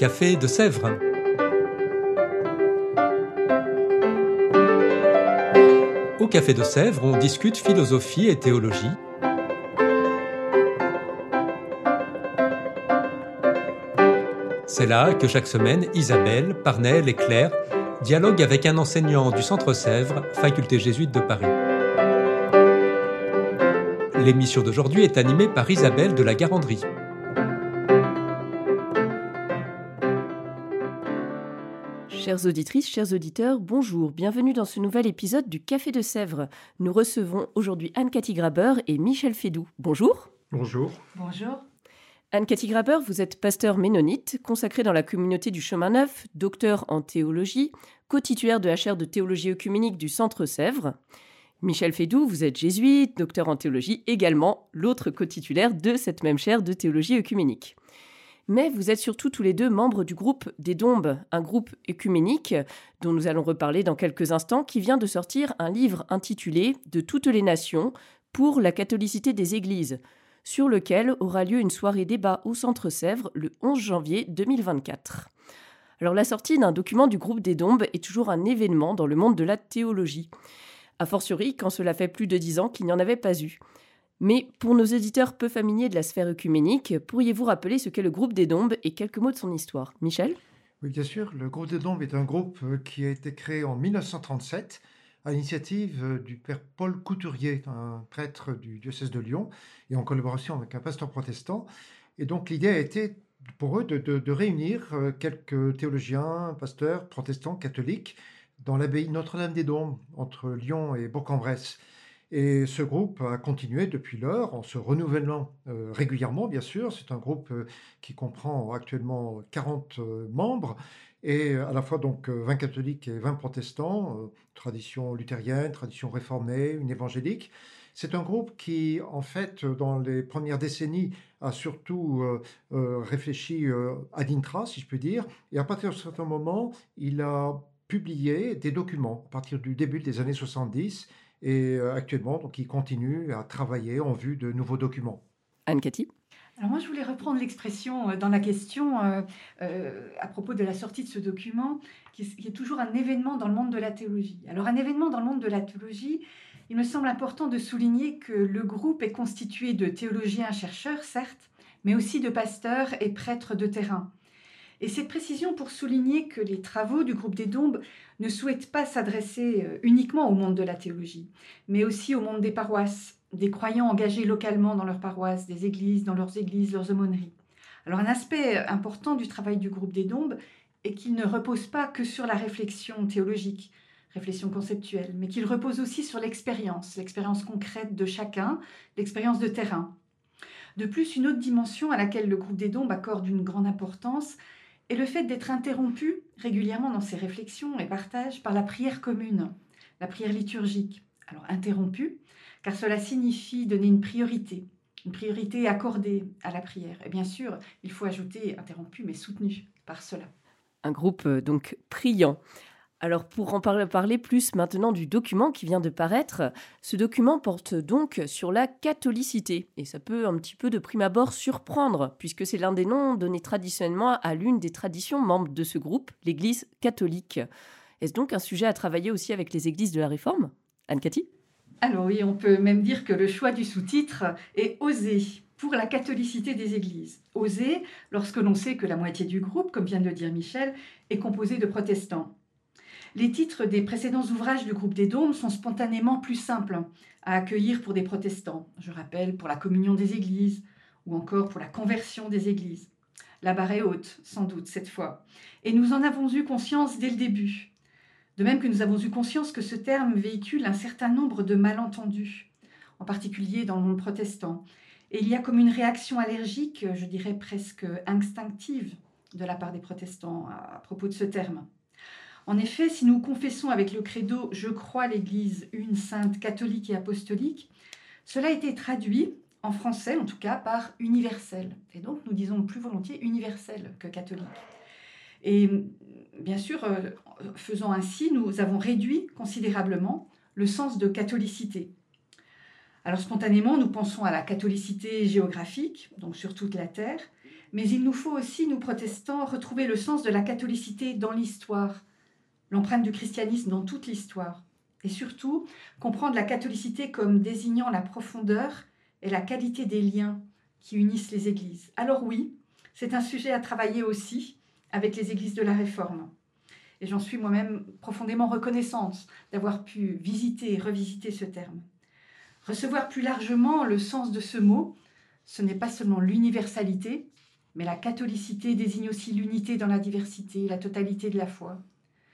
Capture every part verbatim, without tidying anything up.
Café de Sèvres. Au Café de Sèvres, on discute philosophie et théologie. C'est là que chaque semaine, Isabelle, Parnell et Claire dialoguent avec un enseignant du Centre Sèvres, faculté jésuite de Paris. L'émission d'aujourd'hui est animée par Isabelle de la Garandrie. Chères auditrices, chers auditeurs, bonjour, bienvenue dans ce nouvel épisode du Café de Sèvres. Nous recevons aujourd'hui Anne-Cathy Graber et Michel Fédoux. Bonjour. Bonjour. Bonjour. Anne-Cathy Graber, vous êtes pasteur ménonite, consacré dans la communauté du Chemin Neuf, docteur en théologie, co-titulaire de la chaire de théologie œcuménique du Centre Sèvres. Michel Fédoux, vous êtes jésuite, docteur en théologie, également l'autre co-titulaire de cette même chaire de théologie œcuménique. Mais vous êtes surtout tous les deux membres du groupe des Dombes, un groupe œcuménique dont nous allons reparler dans quelques instants, qui vient de sortir un livre intitulé « De toutes les nations pour la catholicité des églises », sur lequel aura lieu une soirée débat au Centre Sèvres le onze janvier deux mille vingt-quatre. Alors la sortie d'un document du groupe des Dombes est toujours un événement dans le monde de la théologie, a fortiori quand cela fait plus de dix ans qu'il n'y en avait pas eu. Mais pour nos auditeurs peu familiers de la sphère œcuménique, pourriez-vous rappeler ce qu'est le groupe des Dombes et quelques mots de son histoire ? Michel ? Oui, bien sûr. Le groupe des Dombes est un groupe qui a été créé en mille neuf cent trente-sept à l'initiative du père Paul Couturier, un prêtre du diocèse de Lyon, et en collaboration avec un pasteur protestant. Et donc l'idée a été pour eux de, de, de réunir quelques théologiens, pasteurs, protestants, catholiques, dans l'abbaye Notre-Dame-des-Dombes, entre Lyon et Bourg-en-Bresse. Et ce groupe a continué depuis lors, en se renouvelant euh, régulièrement, bien sûr. C'est un groupe euh, qui comprend actuellement quarante euh, membres, et à la fois donc vingt catholiques et vingt protestants, euh, tradition luthérienne, tradition réformée, une évangélique. C'est un groupe qui, en fait, dans les premières décennies, a surtout euh, euh, réfléchi euh, ad intra, si je puis dire, et à partir d'un certain moment, il a publié des documents, à partir du début des années soixante-dix, et actuellement, donc, il continue à travailler en vue de nouveaux documents. Anne-Cathy ? Alors moi, je voulais reprendre l'expression dans la question euh, euh, à propos de la sortie de ce document, qui est, qui est toujours un événement dans le monde de la théologie. Alors un événement dans le monde de la théologie, il me semble important de souligner que le groupe est constitué de théologiens-chercheurs, certes, mais aussi de pasteurs et prêtres de terrain. Et cette précision pour souligner que les travaux du groupe des Dombes ne souhaitent pas s'adresser uniquement au monde de la théologie, mais aussi au monde des paroisses, des croyants engagés localement dans leurs paroisses, des églises, dans leurs églises, leurs aumôneries. Alors un aspect important du travail du groupe des Dombes est qu'il ne repose pas que sur la réflexion théologique, réflexion conceptuelle, mais qu'il repose aussi sur l'expérience, l'expérience concrète de chacun, l'expérience de terrain. De plus, une autre dimension à laquelle le groupe des Dombes accorde une grande importance est le fait d'être interrompu régulièrement dans ses réflexions et partages par la prière commune, la prière liturgique. Alors interrompu, car cela signifie donner une priorité, une priorité accordée à la prière. Et bien sûr, il faut ajouter interrompu, mais soutenu par cela. Un groupe euh, donc priant. Alors pour en parler, parler plus maintenant du document qui vient de paraître, ce document porte donc sur la catholicité. Et ça peut un petit peu de prime abord surprendre, puisque c'est l'un des noms donnés traditionnellement à l'une des traditions membres de ce groupe, l'Église catholique. Est-ce donc un sujet à travailler aussi avec les églises de la Réforme ? Anne-Cathy ? Alors oui, on peut même dire que le choix du sous-titre est « Oser » pour la catholicité des églises. Oser lorsque l'on sait que la moitié du groupe, comme vient de le dire Michel, est composée de protestants. Les titres des précédents ouvrages du groupe des Dombes sont spontanément plus simples à accueillir pour des protestants. Je rappelle, pour la communion des églises ou encore pour la conversion des églises. La barre est haute, sans doute, cette fois. Et nous en avons eu conscience dès le début. De même que nous avons eu conscience que ce terme véhicule un certain nombre de malentendus, en particulier dans le monde protestant. Et il y a comme une réaction allergique, je dirais presque instinctive, de la part des protestants à propos de ce terme. En effet, si nous confessons avec le credo « Je crois l'Église une, sainte, catholique et apostolique », cela a été traduit, en français en tout cas, par « universel ». Et donc nous disons plus volontiers « universel » que « catholique ». Et bien sûr, faisant ainsi, nous avons réduit considérablement le sens de catholicité. Alors spontanément, nous pensons à la catholicité géographique, donc sur toute la terre, Mais il nous faut aussi, nous protestants, retrouver le sens de la catholicité dans l'histoire, l'empreinte du christianisme dans toute l'histoire. Et surtout, comprendre la catholicité comme désignant la profondeur et la qualité des liens qui unissent les églises. Alors oui, c'est un sujet à travailler aussi avec les églises de la Réforme. Et j'en suis moi-même profondément reconnaissante d'avoir pu visiter et revisiter ce terme. Recevoir plus largement le sens de ce mot, ce n'est pas seulement l'universalité, mais la catholicité désigne aussi l'unité dans la diversité, la totalité de la foi.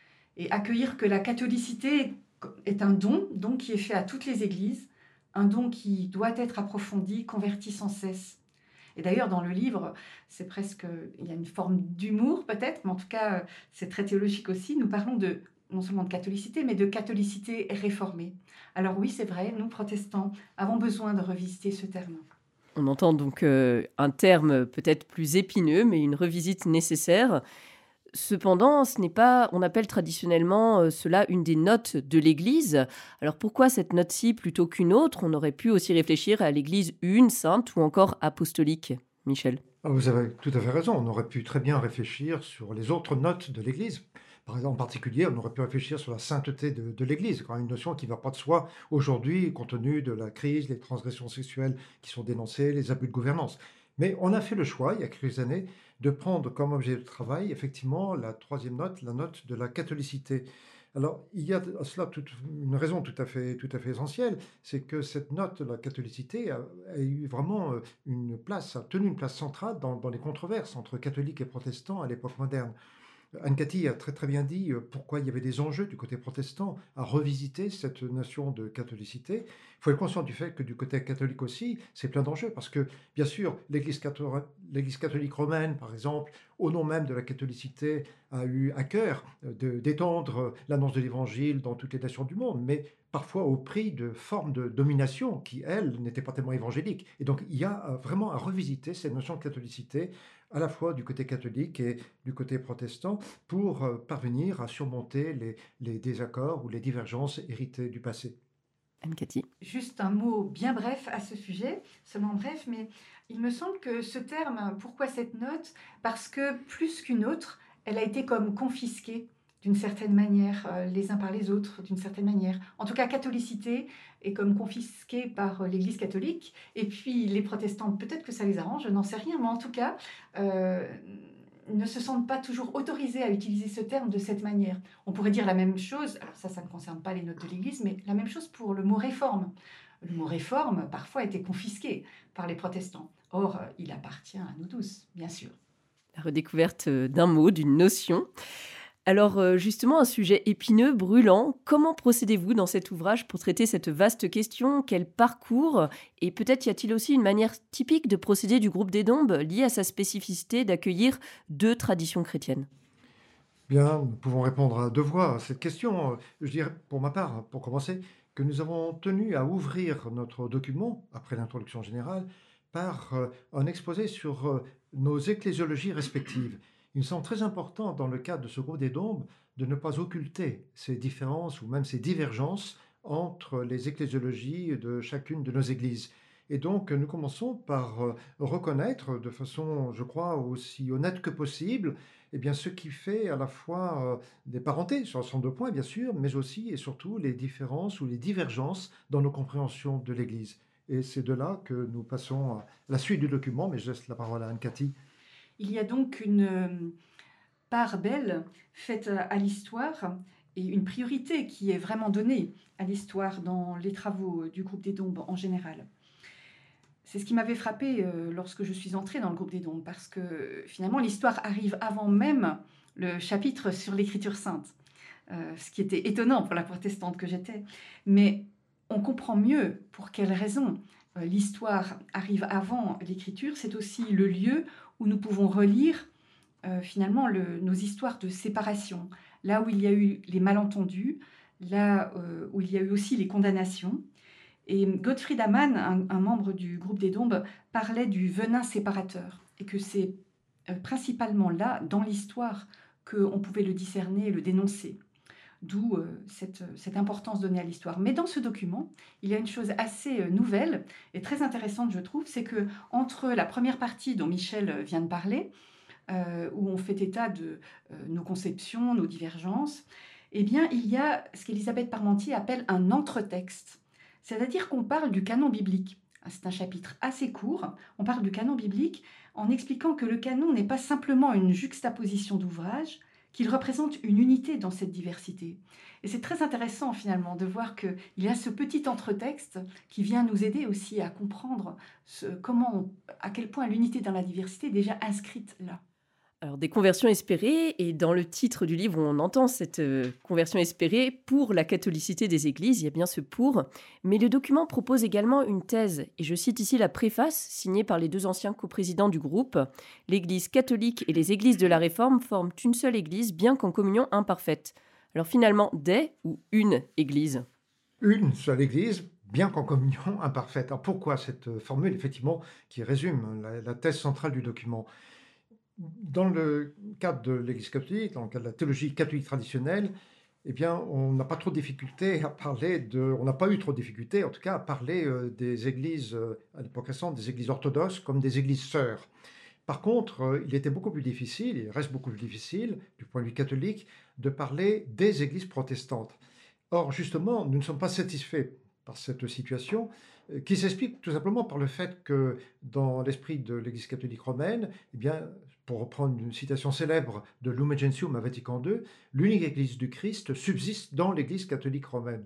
Et accueillir que la catholicité est un don, don qui est fait à toutes les églises, un don qui doit être approfondi, converti sans cesse. Et d'ailleurs, dans le livre, c'est presque, il y a une forme d'humour peut-être, mais en tout cas, c'est très théologique aussi. Nous parlons de, non seulement de catholicité, mais de catholicité réformée. Alors oui, c'est vrai, nous, protestants, avons besoin de revisiter ce terme. On entend donc euh, un terme peut-être plus épineux, mais une revisite nécessaire. Cependant, ce n'est pas, on appelle traditionnellement euh, cela une des notes de l'Église. Alors pourquoi cette note-ci plutôt qu'une autre? On aurait pu aussi réfléchir à l'Église une, sainte ou encore apostolique. Michel. Ah, vous avez tout à fait raison. On aurait pu très bien réfléchir sur les autres notes de l'Église. Par exemple, en particulier, on aurait pu réfléchir sur la sainteté de, de l'Église, quand même une notion qui ne va pas de soi aujourd'hui, compte tenu de la crise, les transgressions sexuelles qui sont dénoncées, les abus de gouvernance. Mais on a fait le choix, il y a quelques années, de prendre comme objet de travail, effectivement, la troisième note, la note de la catholicité. Alors, il y a à cela toute une raison tout à fait, tout à fait essentielle, c'est que cette note de la catholicité a, a eu vraiment euh, une place, a tenu une place centrale dans, dans les controverses entre catholiques et protestants à l'époque moderne. Anne Cathy a très très bien dit euh, pourquoi il y avait des enjeux du côté protestant à revisiter cette notion de catholicité. Il faut être conscient du fait que du côté catholique aussi, c'est plein d'enjeux parce que, bien sûr, l'Église catholique, l'Église catholique romaine, par exemple, au nom même de la catholicité, a eu à cœur de, d'étendre l'annonce de l'Évangile dans toutes les nations du monde, mais parfois au prix de formes de domination qui, elles, n'étaient pas tellement évangéliques. Et donc, il y a vraiment à revisiter cette notion de catholicité à la fois du côté catholique et du côté protestant, pour euh, parvenir à surmonter les, les désaccords ou les divergences héritées du passé. Anne-Cathy. Juste un mot bien bref à ce sujet, seulement bref, mais il me semble que ce terme, pourquoi cette note? Parce que plus qu'une autre, elle a été comme confisquée d'une certaine manière, euh, les uns par les autres, d'une certaine manière. En tout cas, catholicité est comme confisquée par euh, l'Église catholique, et puis les protestants, peut-être que ça les arrange, je n'en sais rien, mais en tout cas, euh, ne se sentent pas toujours autorisés à utiliser ce terme de cette manière. On pourrait dire la même chose, alors ça, ça ne concerne pas les notes de l'Église, mais la même chose pour le mot réforme. Le mot réforme, parfois, a été confisqué par les protestants. Or, il appartient à nous tous, bien sûr. La redécouverte d'un mot, d'une notion. Alors justement, un sujet épineux, brûlant, comment procédez-vous dans cet ouvrage pour traiter cette vaste question? Quel parcours? Et peut-être y a-t-il aussi une manière typique de procéder du groupe des Dombes liée à sa spécificité d'accueillir deux traditions chrétiennes? Bien, nous pouvons répondre à deux voix à cette question. Je dirais, pour ma part, pour commencer, que nous avons tenu à ouvrir notre document, après l'introduction générale, par un exposé sur nos ecclésiologies respectives. Il me semble très important, dans le cadre de ce groupe des Dombes, de ne pas occulter ces différences ou même ces divergences entre les ecclésiologies de chacune de nos églises. Et donc, nous commençons par reconnaître, de façon, je crois, aussi honnête que possible, eh bien, ce qui fait à la fois des parentés sur un certain nombre de points, bien sûr, mais aussi et surtout les différences ou les divergences dans nos compréhensions de l'Église. Et c'est de là que nous passons à la suite du document, mais je laisse la parole à Anne-Cathy. Il y a donc une part belle faite à l'histoire et une priorité qui est vraiment donnée à l'histoire dans les travaux du groupe des Dombes en général. C'est ce qui m'avait frappé lorsque je suis entrée dans le groupe des Dombes, parce que finalement l'histoire arrive avant même le chapitre sur l'écriture sainte, euh, ce qui était étonnant pour la protestante que j'étais. Mais on comprend mieux pour quelles raisons euh, l'histoire arrive avant l'écriture. C'est aussi le lieu où nous pouvons relire euh, finalement le, nos histoires de séparation, là où il y a eu les malentendus, là euh, où il y a eu aussi les condamnations. Et Gottfried Amann, un, un membre du groupe des Dombes, parlait du venin séparateur, et que c'est euh, principalement là, dans l'histoire, qu'on pouvait le discerner et le dénoncer. d'où euh, cette, cette importance donnée à l'histoire. Mais dans ce document, il y a une chose assez euh, nouvelle et très intéressante, je trouve, c'est que entre la première partie dont Michel vient de parler, euh, où on fait état de euh, nos conceptions, nos divergences, eh bien, il y a ce qu'Élisabeth Parmentier appelle un entre-texte. C'est-à-dire qu'on parle du canon biblique. C'est un chapitre assez court. On parle du canon biblique en expliquant que le canon n'est pas simplement une juxtaposition d'ouvrages, qu'il représente une unité dans cette diversité. Et c'est très intéressant finalement de voir qu'il y a ce petit entre-texte qui vient nous aider aussi à comprendre ce, comment on, à quel point l'unité dans la diversité est déjà inscrite là. Alors, des conversions espérées, et dans le titre du livre, on entend cette euh, conversion espérée pour la catholicité des églises, il y a bien ce pour, mais le document propose également une thèse, et je cite ici la préface signée par les deux anciens coprésidents du groupe. L'Église catholique et les églises de la Réforme forment une seule Église, bien qu'en communion imparfaite. Alors finalement, des ou une Église? Une seule Église, bien qu'en communion imparfaite. Alors pourquoi cette formule, effectivement, qui résume la, la thèse centrale du document? Dans le cadre de l'Église catholique, dans le cadre de la théologie catholique traditionnelle, eh bien, on n'a pas trop de difficultés à parler de, on n'a pas eu trop de difficultés, en tout cas, à parler euh, des églises, euh, à l'époque récente, des églises orthodoxes comme des églises sœurs. Par contre, euh, il était beaucoup plus difficile, il reste beaucoup plus difficile, du point de vue catholique, de parler des églises protestantes. Or, justement, nous ne sommes pas satisfaits par cette situation, euh, qui s'explique tout simplement par le fait que, dans l'esprit de l'Église catholique romaine, eh bien, pour reprendre une citation célèbre de Lumen Gentium à Vatican deux, l'unique Église du Christ subsiste dans l'Église catholique romaine.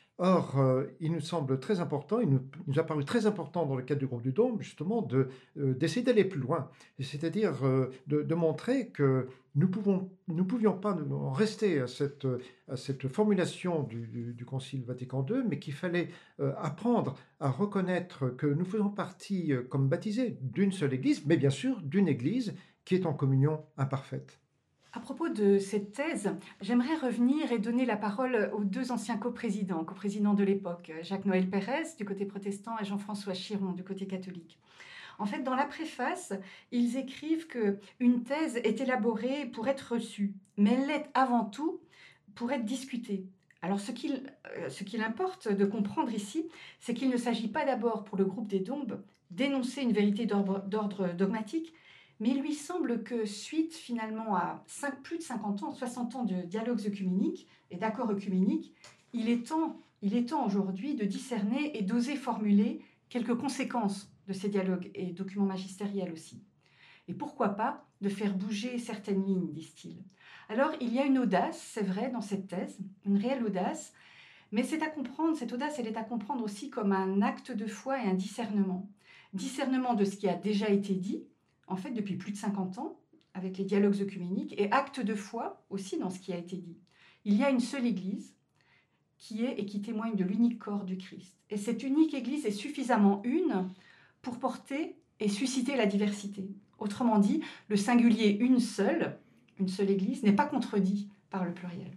Or, euh, il nous semble très important, il nous, il nous a paru très important dans le cadre du groupe du Dôme, justement, de, euh, d'essayer d'aller plus loin, c'est-à-dire euh, de, de montrer que nous pouvons, nous pouvions pas nous en rester à cette, à cette formulation du, du, du Concile Vatican deux, mais qu'il fallait euh, apprendre à reconnaître que nous faisons partie, euh, comme baptisés, d'une seule Église, mais bien sûr d'une Église qui est en communion imparfaite. À propos de cette thèse, j'aimerais revenir et donner la parole aux deux anciens coprésidents, coprésidents de l'époque, Jacques-Noël Pérez du côté protestant et Jean-François Chiron du côté catholique. En fait, dans la préface, ils écrivent qu'une thèse est élaborée pour être reçue, mais elle l'est avant tout pour être discutée. Alors, ce qu'il, euh, ce qu'il importe de comprendre ici, c'est qu'il ne s'agit pas d'abord pour le groupe des Dombes d'énoncer une vérité d'ordre, d'ordre dogmatique, mais il lui semble que suite finalement à cinq, plus de cinquante ans, soixante ans de dialogues œcuméniques et d'accords œcuméniques, il est temps, il est temps aujourd'hui de discerner et d'oser formuler quelques conséquences de ces dialogues et documents magistériels aussi. Et pourquoi pas de faire bouger certaines lignes, disent-ils. Alors il y a une audace, c'est vrai, dans cette thèse, une réelle audace, mais c'est à comprendre, cette audace, elle est à comprendre aussi comme un acte de foi et un discernement. Discernement de ce qui a déjà été dit, en fait, depuis plus de cinquante ans, avec les dialogues œcuméniques, et acte de foi aussi dans ce qui a été dit. Il y a une seule Église qui est et qui témoigne de l'unique corps du Christ. Et cette unique Église est suffisamment une pour porter et susciter la diversité. Autrement dit, le singulier une seule, une seule Église, n'est pas contredit par le pluriel.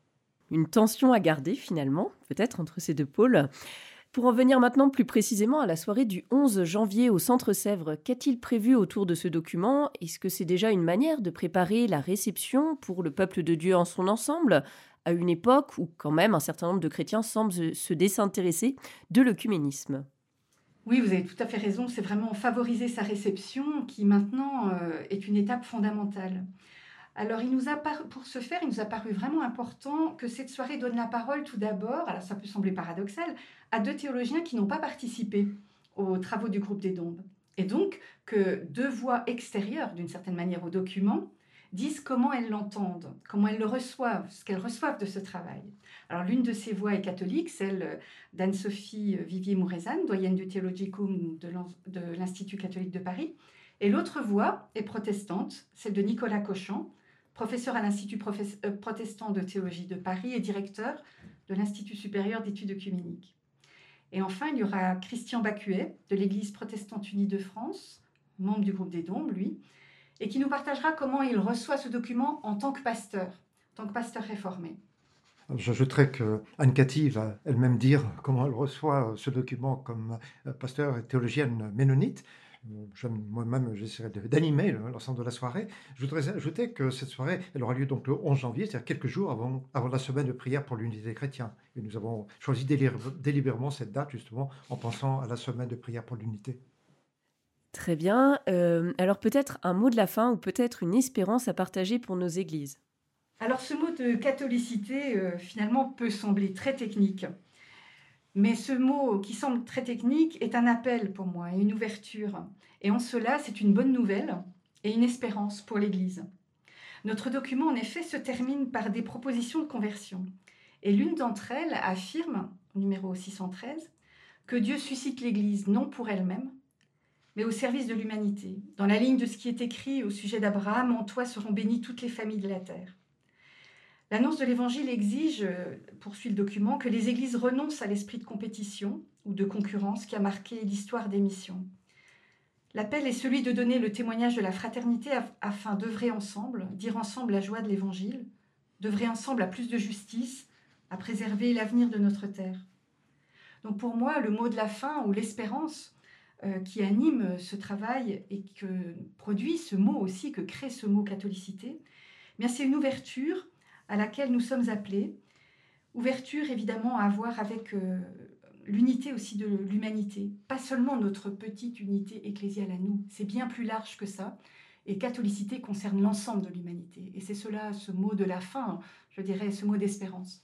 Une tension à garder finalement, peut-être, entre ces deux pôles. Pour en venir maintenant plus précisément à la soirée du onze janvier au Centre Sèvres, qu'a-t-il prévu autour de ce document? Est-ce que c'est déjà une manière de préparer la réception pour le peuple de Dieu en son ensemble, à une époque où quand même un certain nombre de chrétiens semblent se désintéresser de l'œcuménisme? Oui, vous avez tout à fait raison, c'est vraiment favoriser sa réception qui maintenant euh, est une étape fondamentale. Alors, il nous a paru, pour ce faire, il nous a paru vraiment important que cette soirée donne la parole tout d'abord, alors ça peut sembler paradoxal, à deux théologiens qui n'ont pas participé aux travaux du groupe des Dombes. Et donc, que deux voix extérieures, d'une certaine manière, au document, disent comment elles l'entendent, comment elles le reçoivent, ce qu'elles reçoivent de ce travail. Alors, l'une de ces voix est catholique, celle d'Anne-Sophie Vivier-Mourezane, doyenne du Theologicum de l'Institut catholique de Paris, et l'autre voix est protestante, celle de Nicolas Cauchamp, professeur à l'Institut professe- euh, protestant de théologie de Paris et directeur de l'Institut supérieur d'études œcuméniques. Et enfin, il y aura Christian Bacuet, de l'Église protestante unie de France, membre du groupe des Dombes, lui, et qui nous partagera comment il reçoit ce document en tant que pasteur, en tant que pasteur réformé. J'ajouterais qu'Anne-Cathy va elle-même dire comment elle reçoit ce document comme pasteur et théologienne ménonite. je, moi-même, j'essaierai d'animer l'ensemble de la soirée. Je voudrais ajouter que cette soirée, elle aura lieu donc le onze janvier, c'est-à-dire quelques jours avant, avant la semaine de prière pour l'unité des chrétiens. Et nous avons choisi délibérément cette date, justement, en pensant à la semaine de prière pour l'unité. Très bien. Euh, alors peut-être un mot de la fin ou peut-être une espérance à partager pour nos églises. Alors ce mot de catholicité, euh, finalement, peut sembler très technique. Mais ce mot qui semble très technique est un appel pour moi et une ouverture. Et en cela, c'est une bonne nouvelle et une espérance pour l'Église. Notre document, en effet, se termine par des propositions de conversion. Et l'une d'entre elles affirme, numéro six cent treize, que Dieu suscite l'Église non pour elle-même, mais au service de l'humanité, dans la ligne de ce qui est écrit au sujet d'Abraham, « En toi seront bénies toutes les familles de la terre ». L'annonce de l'Évangile exige, poursuit le document, que les églises renoncent à l'esprit de compétition ou de concurrence qui a marqué l'histoire des missions. L'appel est celui de donner le témoignage de la fraternité afin d'œuvrer ensemble, dire ensemble la joie de l'Évangile, d'œuvrer ensemble à plus de justice, à préserver l'avenir de notre terre. Donc pour moi, le mot de la fin ou l'espérance euh, qui anime ce travail et que produit ce mot aussi, que crée ce mot catholicité, eh bien c'est une ouverture à laquelle nous sommes appelés. Ouverture, évidemment, à voir avec euh, l'unité aussi de l'humanité. Pas seulement notre petite unité ecclésiale à nous, c'est bien plus large que ça. Et catholicité concerne l'ensemble de l'humanité. Et c'est cela, ce mot de la fin, je dirais, ce mot d'espérance.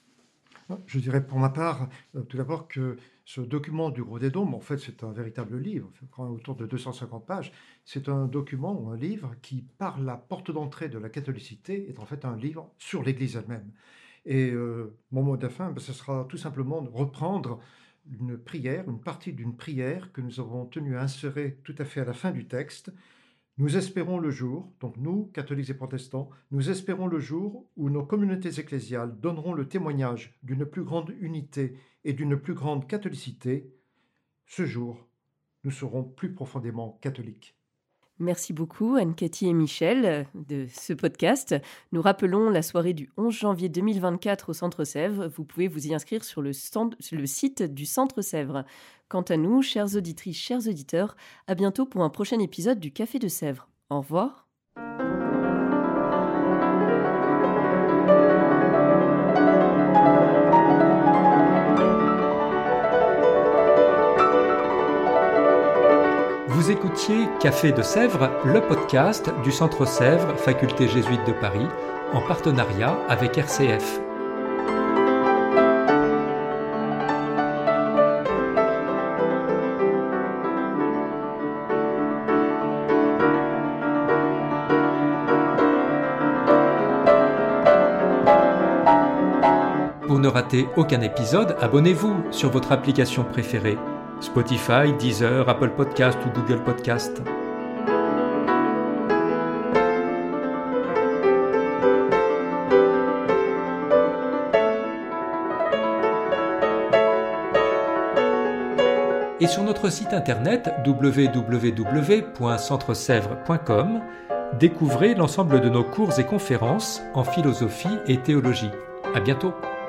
Je dirais pour ma part, euh, tout d'abord que ce document du Gros des Dômes, en fait, c'est un véritable livre, quand même autour de deux cent cinquante pages. C'est un document ou un livre qui, par la porte d'entrée de la catholicité, est en fait un livre sur l'Église elle-même. Et euh, mon mot de fin, ben, ce sera tout simplement de reprendre une prière, une partie d'une prière que nous avons tenu à insérer tout à fait à la fin du texte. Nous espérons le jour, donc nous, catholiques et protestants, nous espérons le jour où nos communautés ecclésiales donneront le témoignage d'une plus grande unité et d'une plus grande catholicité. Ce jour, nous serons plus profondément catholiques. Merci beaucoup Anne-Cathy et Michel de ce podcast. Nous rappelons la soirée du onze janvier deux mille vingt-quatre au Centre Sèvres. Vous pouvez vous y inscrire sur le, stand, sur le site du Centre Sèvres. Quant à nous, chères auditrices, chers auditeurs, à bientôt pour un prochain épisode du Café de Sèvres. Au revoir. Vous écoutiez Café de Sèvres, le podcast du Centre Sèvres, Faculté jésuite de Paris, en partenariat avec R C F. Pour ne rater aucun épisode, abonnez-vous sur votre application préférée. Spotify, Deezer, Apple Podcast ou Google Podcast. Et sur notre site internet w w w point centre sèvres point com, découvrez l'ensemble de nos cours et conférences en philosophie et théologie. À bientôt.